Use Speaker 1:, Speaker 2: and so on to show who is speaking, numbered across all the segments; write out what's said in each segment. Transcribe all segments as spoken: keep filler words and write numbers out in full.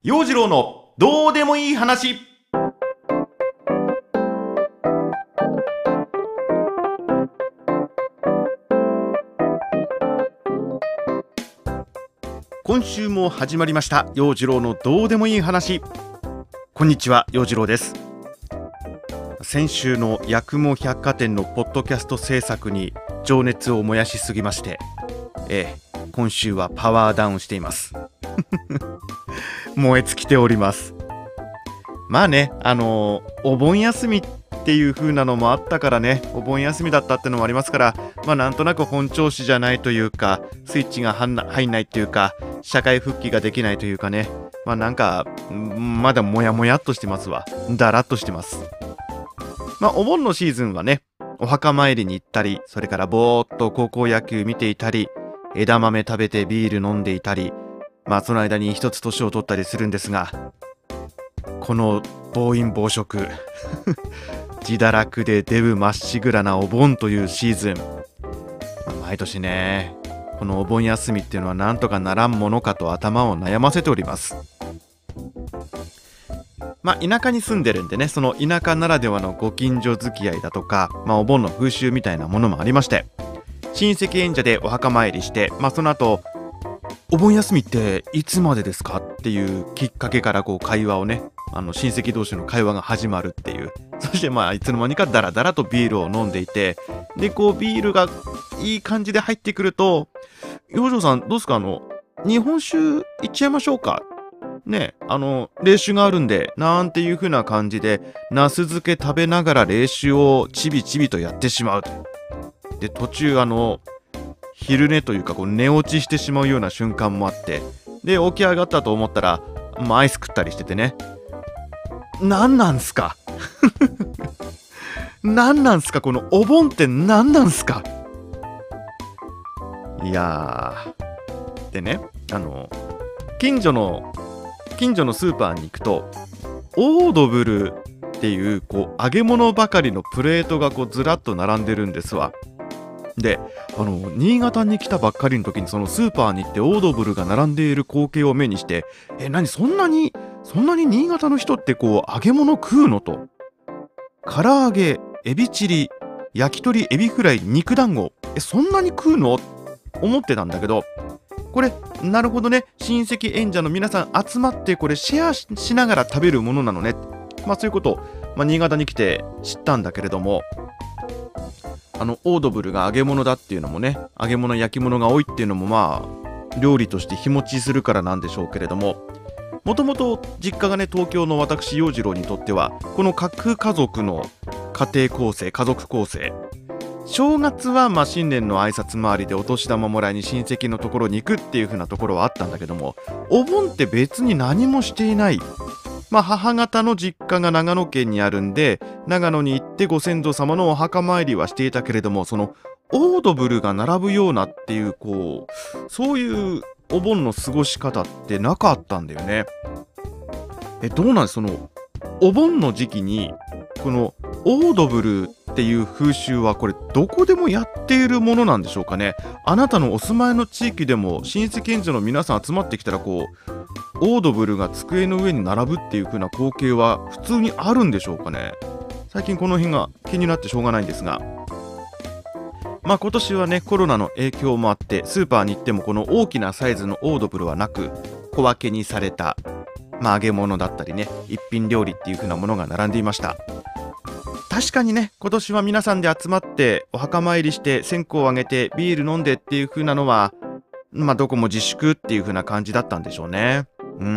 Speaker 1: 陽次郎のどうでもいい話。今週も始まりました陽次郎のどうでもいい話。こんにちは、陽次郎です。先週の八雲百貨店のポッドキャスト制作に情熱を燃やしすぎまして、ええ、今週はパワーダウンしています燃え尽きております。まあね、あのー、お盆休みっていう風なのもあったからね、お盆休みだったってのもありますから、まあなんとなく本調子じゃないというか、スイッチが入んな入んないっていうか、社会復帰ができないというかね、まあなんかまだモヤモヤっとしてますわ。だらっとしてます。まあお盆のシーズンはね、お墓参りに行ったり、それからぼーっと高校野球見ていたり、枝豆食べてビール飲んでいたり、まあその間に一つ年を取ったりするんですが、この暴飲暴食自堕落でデブまっしぐらなお盆というシーズン、毎年ね、このお盆休みっていうのはなんとかならんものかと頭を悩ませております。まあ田舎に住んでるんでね、その田舎ならではのご近所付き合いだとか、まあお盆の風習みたいなものもありまして、親戚縁者でお墓参りして、まあその後お盆休みっていつまでですかっていうきっかけからこう会話をね、あの親戚同士の会話が始まるっていう。そしてまあいつの間にかダラダラとビールを飲んでいて、でこうビールがいい感じで入ってくると、陽次郎さんどうすか、あの日本酒いっちゃいましょうかね、あの冷酒があるんでなんていう風な感じで、ナス漬け食べながら冷酒をちびちびとやってしまう。で途中あの昼寝というかこう寝落ちしてしまうような瞬間もあって、で起き上がったと思ったら、まあ、アイス食ったりしててね、なんなんすかなんなんすかこのお盆ってなんなんすか。いやーでね、あの近所の近所のスーパーに行くと、オードブルっていうこう揚げ物ばかりのプレートがこうずらっと並んでるんですわ。で、あの新潟に来たばっかりの時にそのスーパーに行ってオードブルが並んでいる光景を目にして、え、何そんなにそんなに新潟の人ってこう揚げ物食うのと、唐揚げ、エビチリ、焼き鳥、エビフライ、肉団子、えそんなに食うの思ってたんだけど、これなるほどね、親戚縁者の皆さん集まってこれシェア し, しながら食べるものなのね、まあそういうことを、まあ、新潟に来て知ったんだけれども、あのオードブルが揚げ物だっていうのもね、揚げ物焼き物が多いっていうのもまあ料理として日持ちするからなんでしょうけれども、もともと実家がね東京の私陽次郎にとってはこの核家族の家庭構成、家族構成、正月はまあ新年の挨拶回りでお年玉もらいに親戚のところに行くっていう風なところはあったんだけども、お盆って別に何もしていない。まあ母方の実家が長野県にあるんで、長野に行ってご先祖様のお墓参りはしていたけれども、そのオードブルが並ぶようなっていうこうそういうお盆の過ごし方ってなかったんだよね。え、どうなんです、そのお盆の時期にこのオードブルっていう風習はこれどこでもやっているものなんでしょうかね。あなたのお住まいの地域でも親戚縁者の皆さん集まってきたら、こうオードブルが机の上に並ぶっていう風な光景は普通にあるんでしょうかね。最近この辺が気になってしょうがないんですが、まあ今年はねコロナの影響もあってスーパーに行ってもこの大きなサイズのオードブルはなく、小分けにされた、まあ、揚げ物だったりね、一品料理っていう風なものが並んでいました。確かにね、今年は皆さんで集まってお墓参りして線香をあげてビール飲んでっていう風なのは、まあどこも自粛っていう風な感じだったんでしょうね。うん。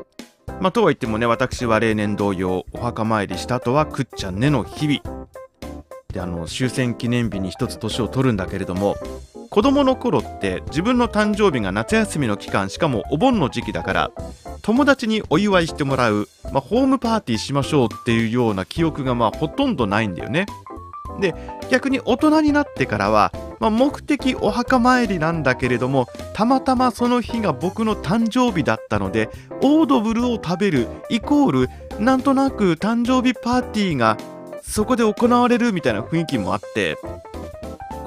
Speaker 1: まあとは言ってもね、私は例年同様お墓参りした後は食っちゃねの日々で、あの終戦記念日に一つ年を取るんだけれども、子供の頃って自分の誕生日が夏休みの期間、しかもお盆の時期だから友達にお祝いしてもらう、まあ、ホームパーティーしましょうっていうような記憶がまあほとんどないんだよね。で逆に大人になってからは、まあ、目的お墓参りなんだけれども、たまたまその日が僕の誕生日だったのでオードブルを食べるイコールなんとなく誕生日パーティーがそこで行われるみたいな雰囲気もあって、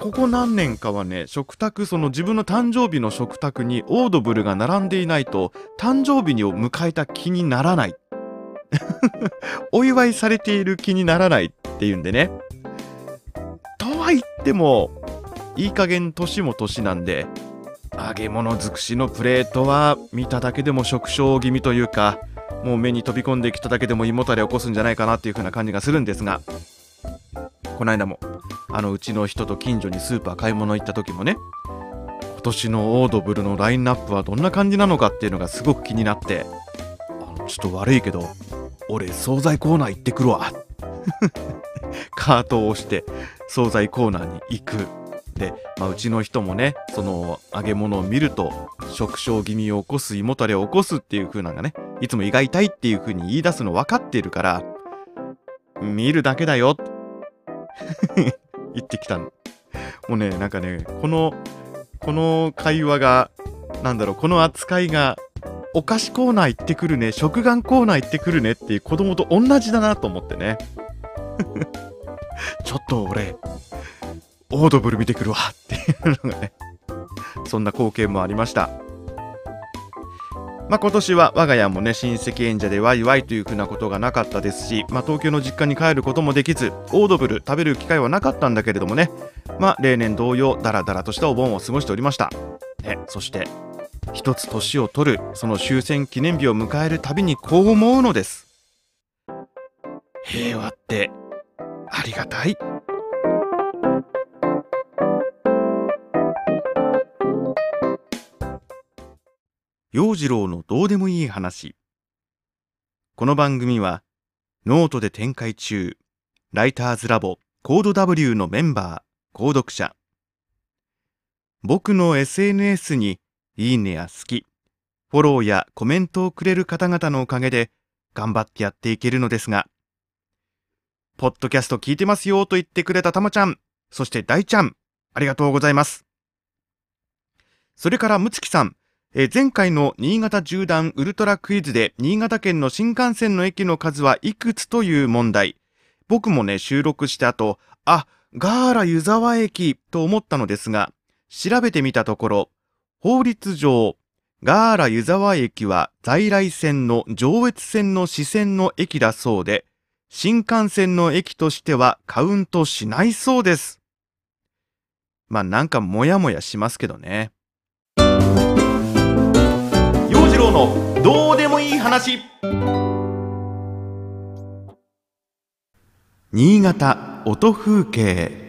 Speaker 1: ここ何年かはね、食卓、その自分の誕生日の食卓にオードブルが並んでいないと誕生日を迎えた気にならないお祝いされている気にならないっていうんでね。とは言ってもいい加減年も年なんで、揚げ物尽くしのプレートは見ただけでも食傷気味というか、もう目に飛び込んできただけでも胃もたれを起こすんじゃないかなっていう風な感じがするんですが、この間もあのうちの人と近所にスーパー買い物行った時もね、今年のオードブルのラインナップはどんな感じなのかっていうのがすごく気になって、あのちょっと悪いけど俺惣菜コーナー行ってくるわカートを押して惣菜コーナーに行く。で、まあ、うちの人もね、その揚げ物を見ると食傷気味を起こす、胃もたれを起こすっていう風なのがね、いつも胃が痛いっていう風に言い出すの分かっているから、見るだけだよ言ってきたの。もうね、なんかね、このこの会話が、なんだろう、この扱いがお菓子コーナー行ってくるね、食玩コーナー行ってくるねっていう子供と同じだなと思ってねちょっと俺オードブル見てくるわっていうのがね、そんな光景もありました。まあ今年は我が家もね、親戚縁者でワイワイというふうなことがなかったですし、まあ東京の実家に帰ることもできず、オードブル食べる機会はなかったんだけれどもね、まあ例年同様ダラダラとしたお盆を過ごしておりました、ね、そして一つ年を取るその終戦記念日を迎えるたびにこう思うのです。平和ってありがたい。陽次郎のどうでもいい話。この番組はノートで展開中ライターズラボコード ダブリュー のメンバー購読者、僕の エスエヌエス にいいねや好き、フォローやコメントをくれる方々のおかげで頑張ってやっていけるのですが、ポッドキャスト聞いてますよと言ってくれたたまちゃん、そして大ちゃん、ありがとうございます。それからむつきさん、え前回の新潟縦断ウルトラクイズで新潟県の新幹線の駅の数はいくつという問題、僕もね収録した後、あ、ガーラ湯沢駅と思ったのですが、調べてみたところ、法律上ガーラ湯沢駅は在来線の上越線の支線の駅だそうで、新幹線の駅としてはカウントしないそうです。まあなんかモヤモヤしますけどね。陽次郎のどうでもいい話。新潟音風景。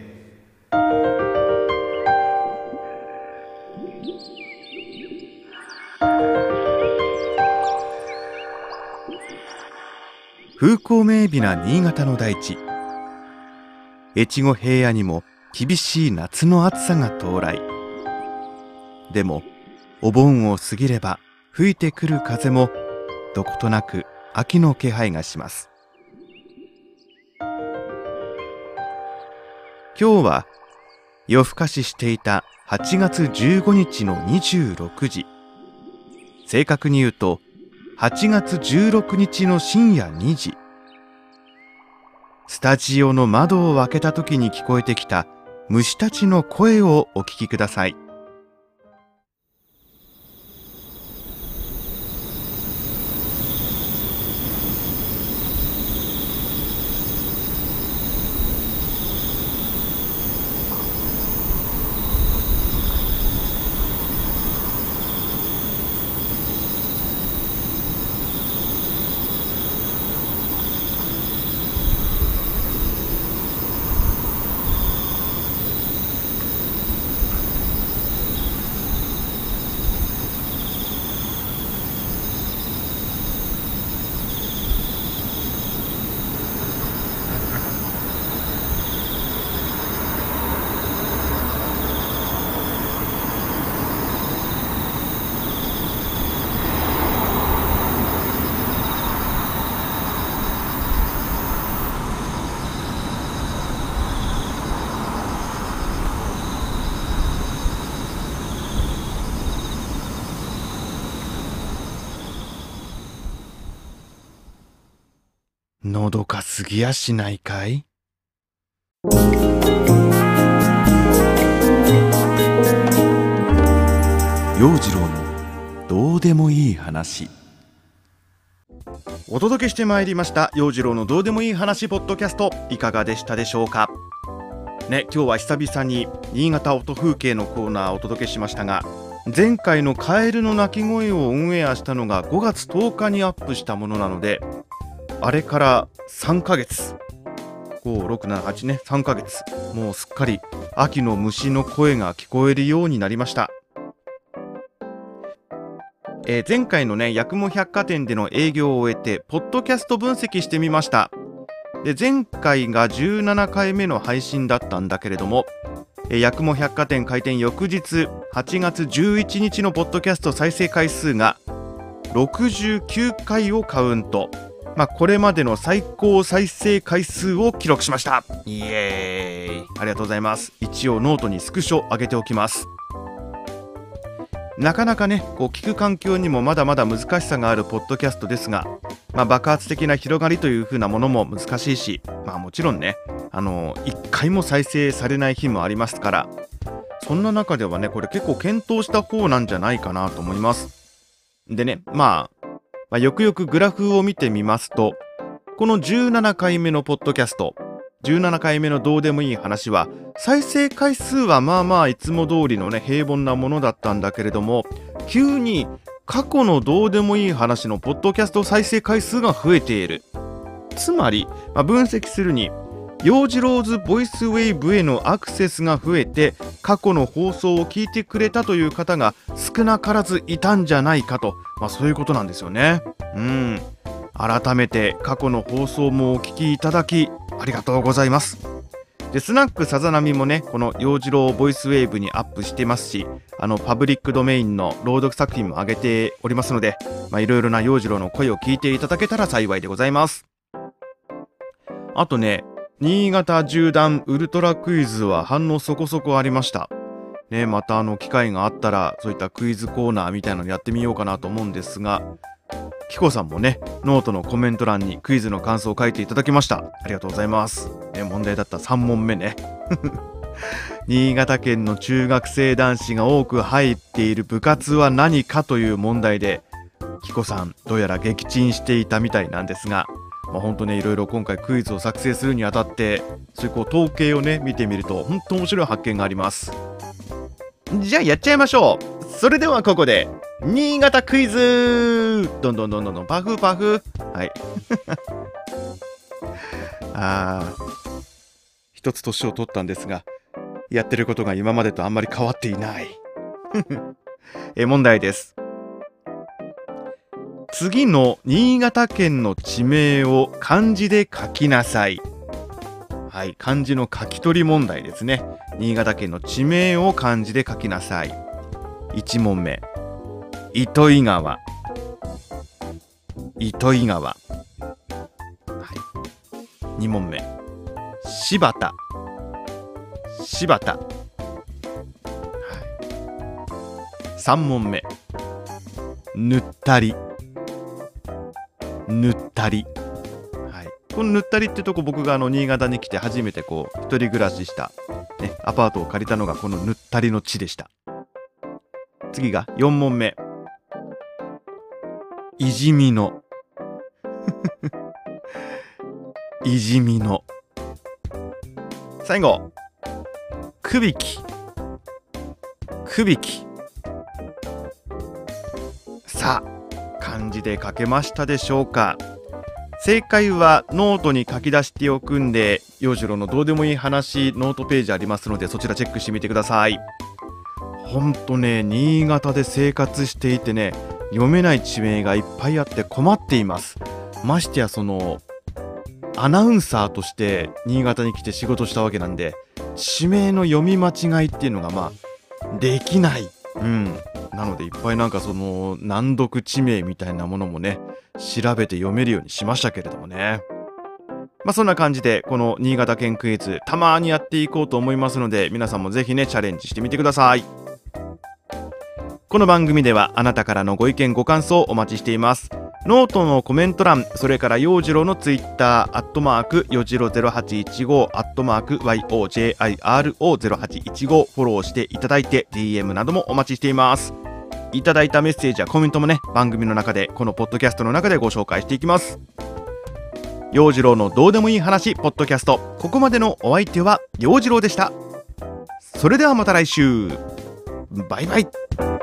Speaker 1: 風光明媚な新潟の大地。越後平野にも厳しい夏の暑さが到来。でもお盆を過ぎれば吹いてくる風もどことなく秋の気配がします。今日は夜更かししていたはちがつじゅうごにちのにじゅうろくじ、正確に言うとはちがつじゅうろくにちの深夜にじ、スタジオの窓を開けた時に聞こえてきた虫たちの声をお聞きください。のどかすぎやしないかい。
Speaker 2: 陽次郎のどうでもいい話。
Speaker 1: お届けしてまいりました陽次郎のどうでもいい話ポッドキャスト、いかがでしたでしょうかね。今日は久々に新潟音風景のコーナーをお届けしましたが、前回のカエルの鳴き声をオンエアしたのがごがつとおかにアップしたものなので、あれからさんかげつ、ご、ろく、なな、はちね、さんかげつ、もうすっかり秋の虫の声が聞こえるようになりました。えー、前回のね、八雲百貨店での営業を終えてポッドキャスト分析してみました。で、前回がじゅうななかいめの配信だったんだけれども、えー、八雲百貨店開店翌日はちがつじゅういちにちのポッドキャスト再生回数がろくじゅうきゅうかいをカウント、まあ、これまでの最高再生回数を記録しました。イエーイ、ありがとうございます。一応ノートにスクショ上げておきます。なかなかね、こう聞く環境にもまだまだ難しさがあるポッドキャストですが、まあ、爆発的な広がりという風なものも難しいし、まあ、もちろんね、あのー、いっかいも再生されない日もありますから、そんな中ではね、これ結構検討した方なんじゃないかなと思います。でね、まあ、まあ、よくよくグラフを見てみますと、このじゅうななかいめのポッドキャスト、じゅうななかいめのどうでもいい話は、再生回数はまあまあいつも通りのね、平凡なものだったんだけれども、急に過去のどうでもいい話のポッドキャスト再生回数が増えている。つまり、まあ、分析するに、陽次郎ズボイスウェイブへのアクセスが増えて、過去の放送を聞いてくれたという方が少なからずいたんじゃないかと、まあ、そういうことなんですよね。うん。改めて過去の放送もお聞きいただきありがとうございます。で、スナックさざ波もね、この陽次郎ボイスウェーブにアップしてますし、あのパブリックドメインの朗読作品も上げておりますので、まあ、いろいろな陽次郎の声を聞いていただけたら幸いでございます。あとね、新潟縦断ウルトラクイズは反応そこそこありましたね。またあの機会があったらそういったクイズコーナーみたいなのやってみようかなと思うんですが、キコさんもね、ノートのコメント欄にクイズの感想を書いていただきました。ありがとうございます。ね、問題だったさんもんめね。新潟県の中学生男子が多く入っている部活は何かという問題で、キコさんどうやら撃沈していたみたいなんですが、まあ、ほんとね、いろいろ今回クイズを作成するにあたって、そういうこう統計をね、見てみるとほんと面白い発見があります。じゃあやっちゃいましょう。それではここで新潟クイズ、どんどんどんどんどんパフパフ。はいあー、一つ年を取ったんですが、やってることが今までとあんまり変わっていないえ問題です。次の新潟県の地名を漢字で書きなさい。はい、漢字の書き取り問題ですね。新潟県の地名を漢字で書きなさい。いちもんめ、糸魚川。糸魚川。はい、にもんめ、柴田。柴田。はい、さんもんめ、ぬったり。ぬったり。はい、このぬったりってとこ、僕があの新潟に来て初めてこう一人暮らしした、ね、アパートを借りたのがこのぬったりの地でした。次がよんもんめ、いじみの。いじみの。最後、くびき。くびき。さあ、漢字で書けましたでしょうか。正解はノートに書き出しておくんで、陽次郎のどうでもいい話ノートページありますので、そちらチェックしてみてください。ほんとね、新潟で生活していてね、読めない地名がいっぱいあって困っています。ましてやそのアナウンサーとして新潟に来て仕事したわけなんで、地名の読み間違いっていうのがまあできない。うんなのでいっぱいなんかその難読地名みたいなものもね、調べて読めるようにしましたけれどもね。まあそんな感じでこの新潟県クイズたまーにやっていこうと思いますので、皆さんもぜひねチャレンジしてみてください。この番組ではあなたからのご意見ご感想お待ちしています。ノートのコメント欄、それから陽次郎のツイッター、アットマーク、よじろゼロはちいちご、アットマーク、ワイオージェーアイアールオーゼロはちいちご、フォローしていただいて ディーエム などもお待ちしています。 いただいたメッセージやコメントもね、番組の中で、このポッドキャストの中でご紹介していきます。陽次郎のどうでもいい話ポッドキャスト、ここまでのお相手は陽次郎でした。それではまた来週。バイバイ。